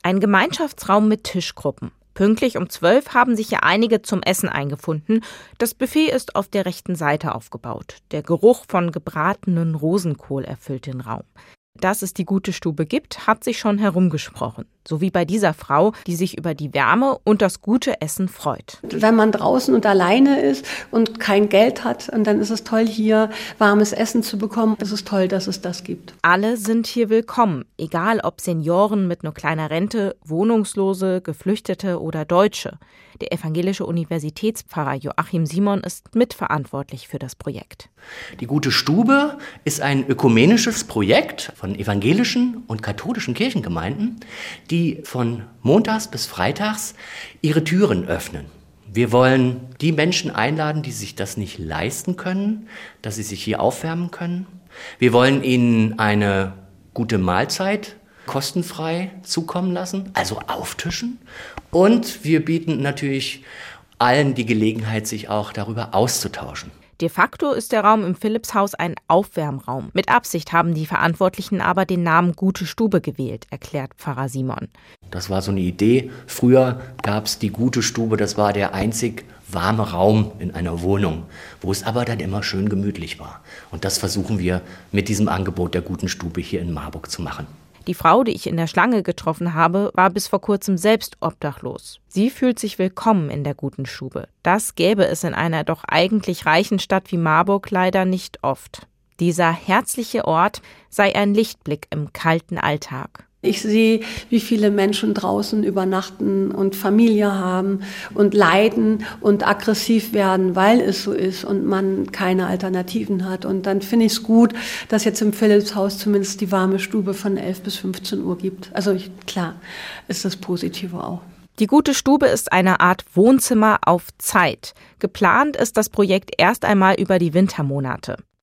Ein Gemeinschaftsraum mit Tischgruppen. Pünktlich um 12 haben sich ja einige zum Essen eingefunden. Das Buffet ist auf der rechten Seite aufgebaut. Der Geruch von gebratenen Rosenkohl erfüllt den Raum. Dass es die gute Stube gibt, hat sich schon herumgesprochen. So wie bei dieser Frau, die sich über die Wärme und das gute Essen freut. Wenn man draußen und alleine ist und kein Geld hat, und dann ist es toll, hier warmes Essen zu bekommen. Es ist toll, dass es das gibt. Alle sind hier willkommen, egal ob Senioren mit nur kleiner Rente, Wohnungslose, Geflüchtete oder Deutsche. Der evangelische Universitätspfarrer Joachim Simon ist mitverantwortlich für das Projekt. Die Gute Stube ist ein ökumenisches Projekt von evangelischen und katholischen Kirchengemeinden, die von montags bis freitags ihre Türen öffnen. Wir wollen die Menschen einladen, die sich das nicht leisten können, dass sie sich hier aufwärmen können. Wir wollen ihnen eine gute Mahlzeit kostenfrei zukommen lassen, also auftischen. Und wir bieten natürlich allen die Gelegenheit, sich auch darüber auszutauschen. De facto ist der Raum im Philippshaus ein Aufwärmraum. Mit Absicht haben die Verantwortlichen aber den Namen Gute Stube gewählt, erklärt Pfarrer Simon. Das war so eine Idee. Früher gab es die Gute Stube, das war der einzig warme Raum in einer Wohnung, wo es aber dann immer schön gemütlich war. Und das versuchen wir mit diesem Angebot der Guten Stube hier in Marburg zu machen. Die Frau, die ich in der Schlange getroffen habe, war bis vor kurzem selbst obdachlos. Sie fühlt sich willkommen in der Guten Stube. Das gäbe es in einer doch eigentlich reichen Stadt wie Marburg leider nicht oft. Dieser herzliche Ort sei ein Lichtblick im kalten Alltag. Ich sehe, wie viele Menschen draußen übernachten und Familie haben und leiden und aggressiv werden, weil es so ist und man keine Alternativen hat. Und dann finde ich es gut, dass jetzt im Philippshaus zumindest die warme Stube von 11 bis 15 Uhr gibt. Also klar, ist das Positive auch. Die Gute Stube ist eine Art Wohnzimmer auf Zeit. Geplant ist das Projekt erst einmal über die Wintermonate.